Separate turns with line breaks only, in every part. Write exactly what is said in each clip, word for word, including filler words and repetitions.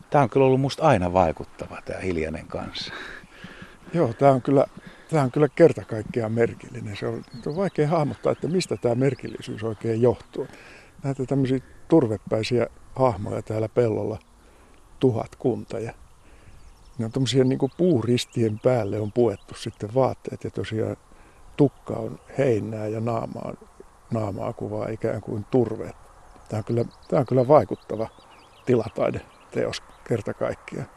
Tämä on kyllä ollut musta aina vaikuttava, tämä hiljainen kansa.
Joo, tämä on kyllä, tämä on kyllä kerta kaikkiaan merkillinen. Se on, on vaikea hahmottaa, että mistä tämä merkillisyys oikein johtuu. Näitä tämmöisiä turvepäisiä hahmoja täällä pellolla tuhatkunta. Ja ne on tämmöisiä niin kuin puuristien päälle on puettu sitten vaatteet ja tosiaan tukka on heinää ja naamaa, naamaa kuvaa ikään kuin turveet. Tämä on kyllä, tämä on kyllä vaikuttava tilataideteos kerta kaikkiaan.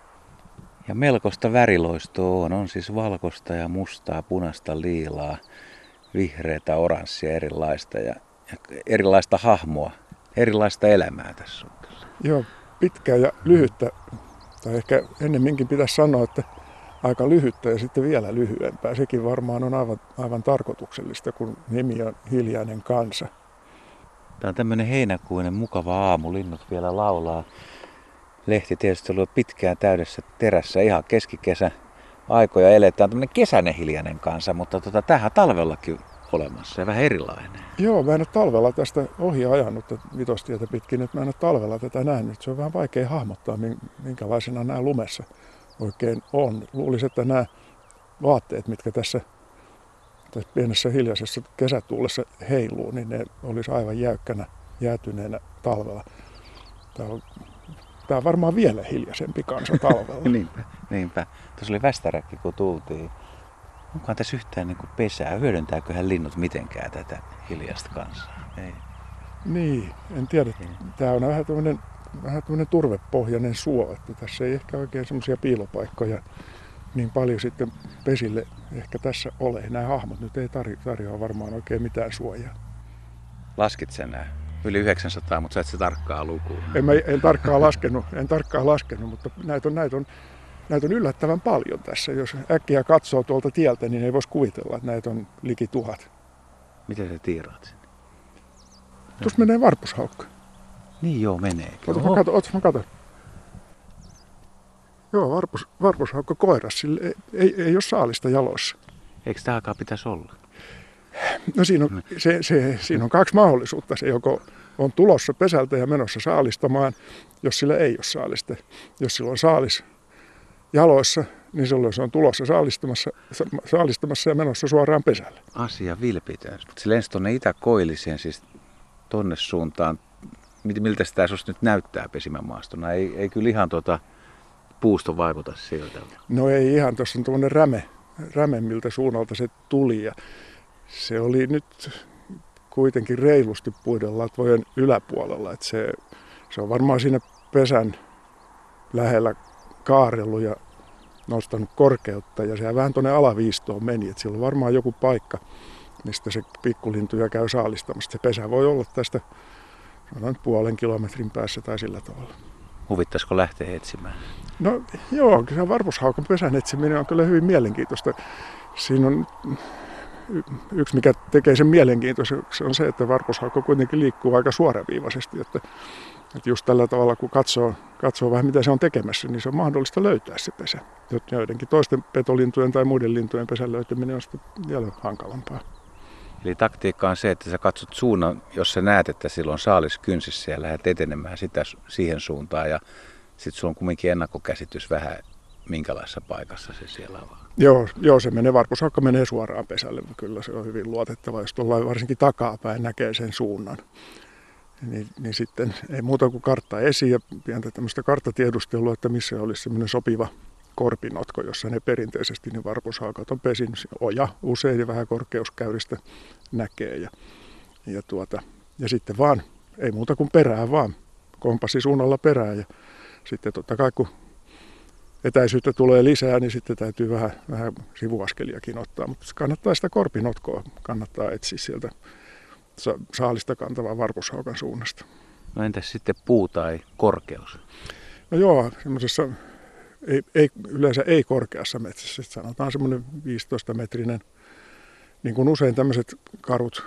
Ja melkoista väriloistoa on. On siis valkoista ja mustaa, punaista, liilaa, vihreätä, oranssia, erilaista ja, ja erilaista hahmoa, erilaista elämää tässä on kyllä.
Joo, pitkää ja lyhyttä, tai ehkä ennemminkin pitäisi sanoa, että aika lyhyttä ja sitten vielä lyhyempää. Sekin varmaan on aivan, aivan tarkoituksellista, kun nimi on Hiljainen kansa.
Tämä on tämmöinen heinäkuinen mukava aamu, linnut vielä laulaa. Lehti tietysti oli pitkään täydessä terässä, ihan keskikesä aikoja eletään. Tämmöinen kesäinen hiljainen kansa, mutta tota, tämähän talvellakin olemassa ja vähän erilainen.
Joo, mä en ole talvella tästä ohi ajanut vitostietä pitkin, että mä en ole talvella tätä nähnyt. Se on vähän vaikea hahmottaa, minkälaisena nämä lumessa oikein on. Luulisin, että nämä vaatteet, mitkä tässä, tässä pienessä hiljaisessa kesätuulessa heiluu, niin ne olisi aivan jäykkänä jäätyneenä talvella. Tämä on, tämä on varmaan vielä hiljaisempi kansa talvella.
niinpä, niinpä. Tuossa oli Västäräkki, kun tultiin. Onkohan tässä yhtään niin kuin pesää? Hyödyntääköhän linnut mitenkään tätä hiljaista kansaa? Ei.
Niin, en tiedä. Tämä on vähän tämmöinen, vähän tämmöinen turvepohjainen suo, että tässä ei ehkä oikein semmoisia piilopaikkoja niin paljon sitten pesille ehkä tässä ole. Nämä hahmot nyt ei tarjoa varmaan oikein mitään suojaa.
Laskit sen nää? Yli yhdeksänsataa, mutta sä et se tarkkaa lukua.
En, mä, en tarkkaan laskenut, en tarkkaan laskenut, mutta näitä on, näitä on Näitä on yllättävän paljon tässä. Jos äkkiä katsoo tuolta tieltä, niin ei voisi kuvitella, että näitä on liki tuhat.
Miten sä tiiraat sen?
Tuossa menee varpushaukka.
Niin joo, menee.
Otas mä katon, otas mä katon. Joo, varpus, varpushaukka koiras, sille ei, ei, ei ole saalista jaloissa.
Eikö tämä alkaa pitäisi olla?
No siinä on, se, se, siinä on kaksi mahdollisuutta. Se joko on tulossa pesältä ja menossa saalistamaan, jos sillä ei ole saalista. Jos sillä on saalis jaloissa, niin silloin se on tulossa saalistamassa, saalistamassa ja menossa suoraan pesälle.
Asia vilpitön. Se lensi tuonne Itä-Koilliseen, siis tonne suuntaan. Miltä sitä susta nyt näyttää pesimämaastona? Ei, ei kyllä ihan tuota puusto vaikuta siltä.
No ei ihan, tuossa on tuommoinen räme, räme, miltä suunnalta se tuli. Ja se oli nyt kuitenkin reilusti puiden latvojen yläpuolella. Että se, se on varmaan siinä pesän lähellä kaarellut ja nostanut korkeutta ja se vähän tuonne alaviistoon meni. Että siellä on varmaan joku paikka, mistä se pikkulintuja käy saalistamassa. Se pesä voi olla tästä sanotaan puolen kilometrin päässä tai sillä tavalla.
Huvittaisiko lähteä etsimään?
No joo, se varpushaukan pesän etsiminen on kyllä hyvin mielenkiintoista. Siinä on yksi, mikä tekee sen mielenkiintoiseksi, on se, että varpushaukka kuitenkin liikkuu aika suoraviivaisesti. Että, että just tällä tavalla, kun katsoo, katsoo vähän mitä se on tekemässä, niin se on mahdollista löytää se pesä. Joidenkin toisten petolintujen tai muiden lintujen pesän löytäminen on sitten vielä hankalampaa.
Eli taktiikka on se, että sä katsot suunnan, jos sä näet, että sillä on saalis kynsissä ja lähdet etenemään sitä, siihen suuntaan. Ja sitten sulla on kumminkin ennakkokäsitys vähän, minkälaisessa paikassa se siellä on.
Joo, joo se menee, varpushaukka menee suoraan pesälle. Kyllä se on hyvin luotettava, jos tuolla varsinkin takapäin näkee sen suunnan. Niin, niin sitten ei muuta kuin kartta esiin ja pientä tämmöistä karttatiedustelua, että missä olisi semmoinen sopiva korpinotko, jossa ne perinteisesti ne varpushaukat on pesin. Oja usein ja vähän korkeuskäyristä näkee. Ja, ja, tuota, ja sitten vaan, ei muuta kuin perään vaan, kompassisuunnalla perään. Ja sitten totta kai kun etäisyyttä tulee lisää, niin sitten täytyy vähän, vähän sivuaskeliakin ottaa. Mutta kannattaa sitä korpinotkoa, kannattaa etsiä sieltä saalista kantavan varpushaukan suunnasta.
No entäs sitten puu tai korkeus?
No joo, semmoisessa ei, ei, yleensä ei korkeassa metsässä. Sanotaan semmoinen viisitoista metrinen, niin kuin usein tämmöiset karut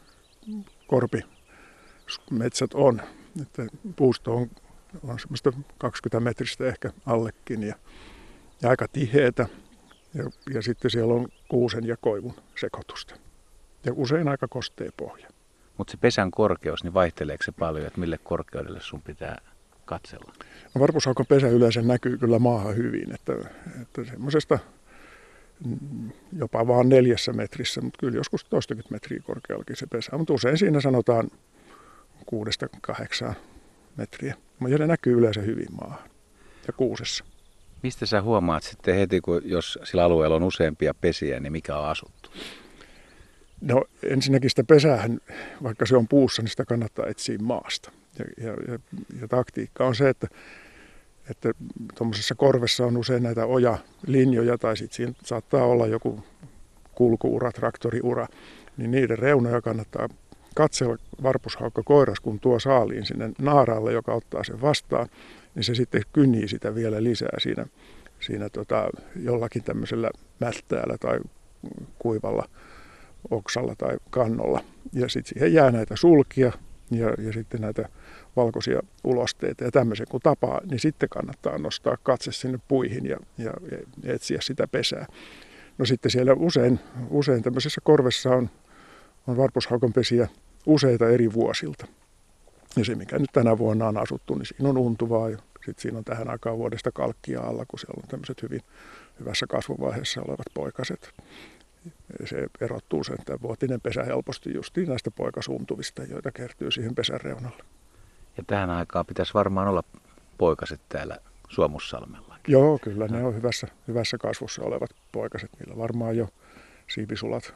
korpimetsät on. Että puusto on, on semmoista kaksikymmentä metristä ehkä allekin ja, ja aika tiheätä. Ja, ja sitten siellä on kuusen ja koivun sekoitusta. Ja usein aika kostea pohja.
Mutta se pesän korkeus, niin vaihteleeko se paljon, että mille korkeudelle sun pitää katsella?
No, varpushaukan pesä yleensä näkyy kyllä maahan hyvin, että, että semmoisesta jopa vaan neljässä metrissä, mutta kyllä joskus toistakymmentä metriä korkeallakin se pesä. Mutta usein siinä sanotaan kuudesta kahdeksaan metriä. Ja ne näkyy yleensä hyvin maahan ja kuusessa.
Mistä sä huomaat sitten heti, kun jos sillä alueella on useampia pesiä, niin mikä on asuttu?
No ensinnäkin sitä pesäähän, vaikka se on puussa, niin sitä kannattaa etsiä maasta. Ja, ja, ja, ja taktiikka on se, että että tuommoisessa korvessa on usein näitä ojalinjoja tai sitten siinä saattaa olla joku kulkuura, traktoriura, niin niiden reunoja kannattaa katsella varpushaukka koiras, kun tuo saaliin sinne naaraalle, joka ottaa sen vastaan, niin se sitten kynnii sitä vielä lisää siinä, siinä tota, jollakin tämmöisellä mättäällä tai kuivalla oksalla tai kannolla. Ja sitten siihen jää näitä sulkia ja, ja sitten näitä valkoisia ulosteita ja tämmöisen kun tapaa, niin sitten kannattaa nostaa katse sinne puihin ja, ja, ja etsiä sitä pesää. No sitten siellä usein, usein tämmöisessä korvessa on, on varpushaukan pesiä useita eri vuosilta. Ja se, mikä nyt tänä vuonna on asuttu, niin siinä on untuvaa ja sitten siinä on tähän aikaan vuodesta kalkkia alla, kun siellä on tämmöiset hyvin hyvässä kasvuvaiheessa olevat poikaset. Se erottuu sen, että vuotinen pesä helposti justiin näistä poikasuntuvista, joita kertyy siihen pesän reunalle.
Ja tähän aikaan pitäisi varmaan olla poikaset täällä Suomussalmella.
Joo, kyllä ne on hyvässä, hyvässä kasvussa olevat poikaset. Niillä varmaan jo siipisulat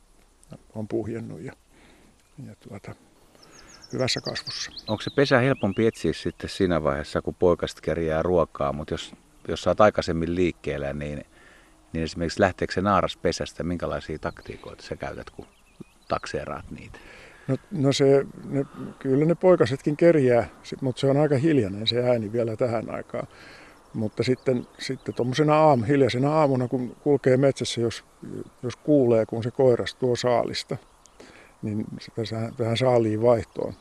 on puhjennut ja, ja tuota, hyvässä kasvussa.
Onko se pesä helpompi etsiä sitten siinä vaiheessa, kun poikaset kerjää ruokaa, mutta jos, jos sä oot aikaisemmin liikkeellä, niin, niin esimerkiksi lähteekö se naaras pesästä, minkälaisia taktiikoita sä käytät, kun takseeraat niitä?
No, no se, ne, kyllä ne poikasetkin kerjää, mutta se on aika hiljainen se ääni vielä tähän aikaan. Mutta sitten, sitten tuommoisena aam, hiljaisena aamuna, kun kulkee metsässä, jos, jos kuulee, kun se koiras tuo saalista, niin tähän saaliin vaihtoon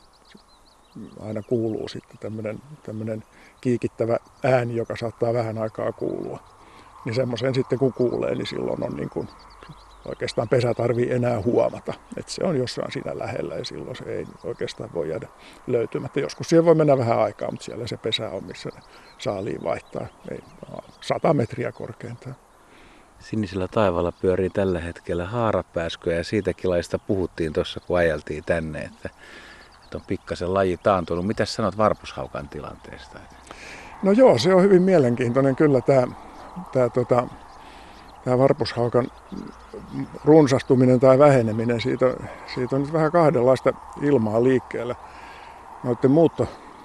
aina kuuluu sitten tämmöinen, tämmöinen kiikittävä ääni, joka saattaa vähän aikaa kuulua. Niin semmoisen sitten kun kuulee, niin silloin on niin kuin oikeastaan pesä tarvii enää huomata, että se on jossain siinä lähellä ja silloin se ei oikeastaan voi jäädä löytymättä. Joskus siihen voi mennä vähän aikaa, mutta siellä se pesä on, missä ne saaliin vaihtaa. Ei, sata metriä korkeintaan.
Sinisellä taivaalla pyörii tällä hetkellä haarapääskyä ja siitäkin lajista puhuttiin tuossa, kun ajeltiin tänne, että, että on pikkasen laji taantunut. Mitä sanot varpushaukan tilanteesta?
No joo, se on hyvin mielenkiintoinen kyllä tämä, tämä tota, Tämä varpushaukan runsastuminen tai väheneminen, siitä, siitä on nyt vähän kahdenlaista ilmaa liikkeellä. Noiden muutto,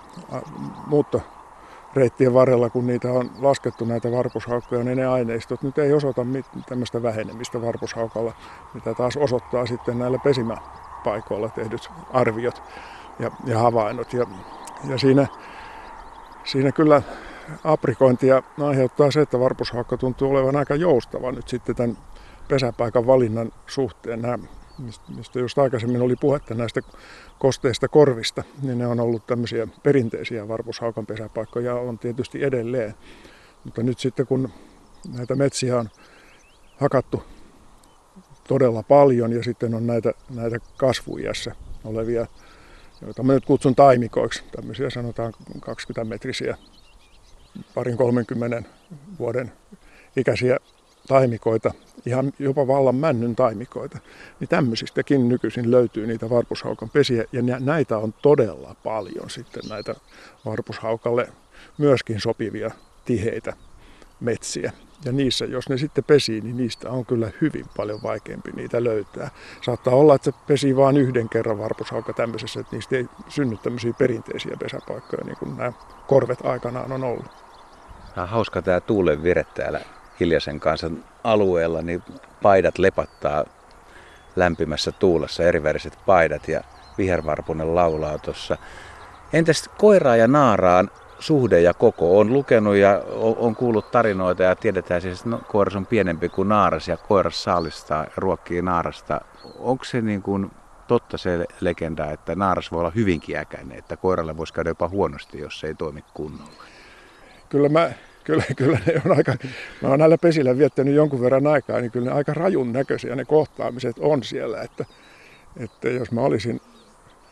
muuttoreittien varrella, kun niitä on laskettu näitä varpushaukkoja, niin ne aineistot nyt ei osoita tämmöistä vähenemistä varpushaukalla, mitä taas osoittaa sitten näillä pesimäpaikoilla tehdyt arviot ja, ja havainnot. Ja, ja siinä, siinä kyllä aprikointia aiheuttaa se, että varpushaukka tuntuu olevan aika joustava nyt sitten tämän pesäpaikan valinnan suhteen. Nämä, mistä just aikaisemmin oli puhetta näistä kosteista korvista, niin ne on ollut tämmöisiä perinteisiä varpushaukan pesäpaikkoja on tietysti edelleen. Mutta nyt sitten kun näitä metsiä on hakattu todella paljon ja sitten on näitä, näitä kasvuiässä olevia, joita mä nyt kutsun taimikoiksi, tämmöisiä sanotaan kaksikymmentä metrisiä parin kolmenkymmenen vuoden ikäisiä taimikoita, ihan jopa vallan männyn taimikoita, niin tämmöisistäkin nykyisin löytyy niitä varpushaukan pesiä, ja näitä on todella paljon sitten näitä varpushaukalle myöskin sopivia tiheitä metsiä. Ja niissä, jos ne sitten pesii, niin niistä on kyllä hyvin paljon vaikeampi niitä löytää. Saattaa olla, että se pesii vain yhden kerran varpushauka tämmöisessä, että niistä ei synny tämmöisiä perinteisiä pesäpaikkoja, niin kuin nämä korvet aikanaan on ollut.
Tämä on hauska tämä tuulen vire täällä hiljaisen kansan alueella, niin paidat lepattaa lämpimässä tuulessa, eriväriset paidat ja vihervarpunen laulaa tuossa. Entäs koiraa ja naaraan suhde ja koko? On lukenut ja on kuullut tarinoita ja tiedetään siis, että no, koiras on pienempi kuin naaras ja koiras saalistaa ja ruokkii naarasta. Onko se niin kuin totta se legenda, että naaras voi olla hyvinkin äkäinen, että koiralle voisi käydä jopa huonosti, jos se ei toimi kunnolla?
Kyllä mä Kyllä, kyllä ne on aika, mä oon näillä pesillä viettänyt jonkun verran aikaa, niin kyllä ne aika rajun näköisiä ne kohtaamiset on siellä, että, että jos mä olisin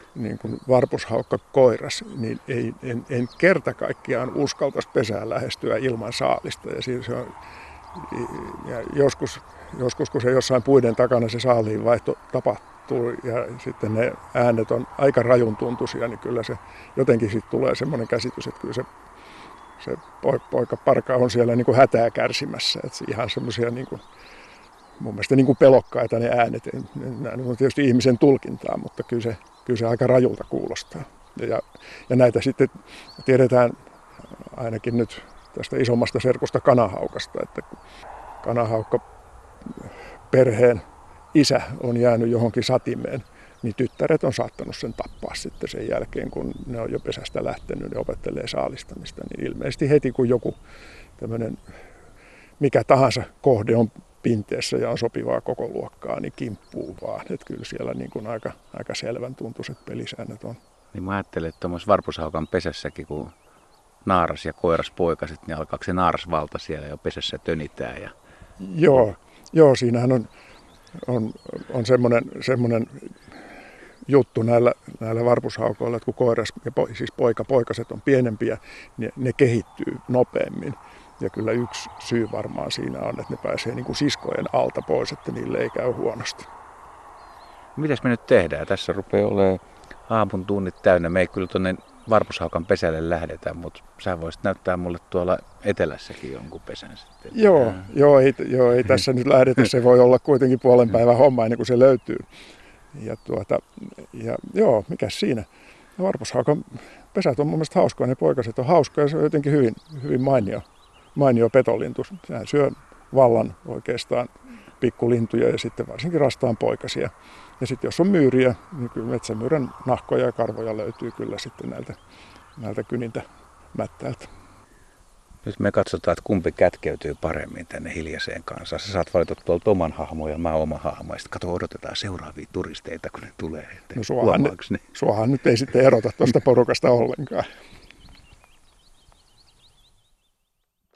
niin kuin varpushaukka koiras, niin ei, en, en kerta kaikkiaan uskaltaisi pesään lähestyä ilman saalista. Ja, siis se on, ja joskus, joskus, kun se jossain puiden takana se saaliin vaihto tapahtuu ja sitten ne äänet on aika rajun tuntuisia, niin kyllä se jotenkin sitten tulee semmoinen käsitys, että kyllä se, se poika parka on siellä niin kuin hätää kärsimässä. Että ihan semmoisia niin kuin, mun mielestä niin kuin pelokkaita ne äänet. Nämä on tietysti ihmisen tulkintaa, mutta kyllä se, kyllä se aika rajulta kuulostaa. Ja, ja näitä sitten tiedetään ainakin nyt tästä isommasta serkusta kanahaukasta, että kanahaukka perheen isä on jäänyt johonkin satimeen, niin tyttäret on saattanut sen tappaa sitten sen jälkeen, kun ne on jo pesästä lähtenyt ja opettelee saalistamista. Niin ilmeisesti heti, kun joku tämmöinen mikä tahansa kohde on pinteessä ja on sopivaa koko luokkaa, niin kimppuu vaan. Että kyllä siellä niin kuin aika, aika selvän tuntuiset pelisäännöt on.
Niin mä ajattelen, että tuommoisessa varpushaukan pesässäkin, kun naaras ja koiras poikaset, niin alkaako se naarasvalta siellä jo pesässä tönitään? Ja...
Joo, joo, siinähän on, on, on semmoinen, semmoinen juttu näillä, näillä varpushaukoilla, että kun koiras ja po, siis poika, poikaset on pienempiä, niin ne kehittyy nopeammin. Ja kyllä yksi syy varmaan siinä on, että ne pääsee niin kuin siskojen alta pois, että niille ei käy huonosti.
Mitäs me nyt tehdään? Tässä rupeaa olemaan aamun tunnit täynnä. Me ei kyllä tuonne varpushaukan pesälle lähdetä, mutta sä voisit näyttää mulle tuolla etelässäkin jonkun pesän sitten.
Joo, joo, ei, joo, ei tässä nyt lähdetä. Se voi olla kuitenkin puolen päivän homma ennen kuin se löytyy. Ja, tuota, ja joo, mikäs siinä? Varpushaukan pesät on mun mielestä hauskoja, ne poikaset on hauskoja ja se on jotenkin hyvin, hyvin mainio. mainio petolintu. Sehän syö vallan oikeastaan pikkulintuja ja sitten varsinkin rastaan poikasia. Ja sitten jos on myyriä, niin kyllä metsämyyrän nahkoja ja karvoja löytyy kyllä sitten näiltä, näiltä kynintämättäiltä.
Nyt me katsotaan, että kumpi kätkeytyy paremmin tänne hiljaiseen kanssaan. Sä saat valita tuolta oman hahmon ja mä oma hahmo. Ja sitten kato, odotetaan seuraavia turisteita, kun ne tulee.
No suohan, ne, suohan nyt ei sitten erota tuosta porukasta ollenkaan.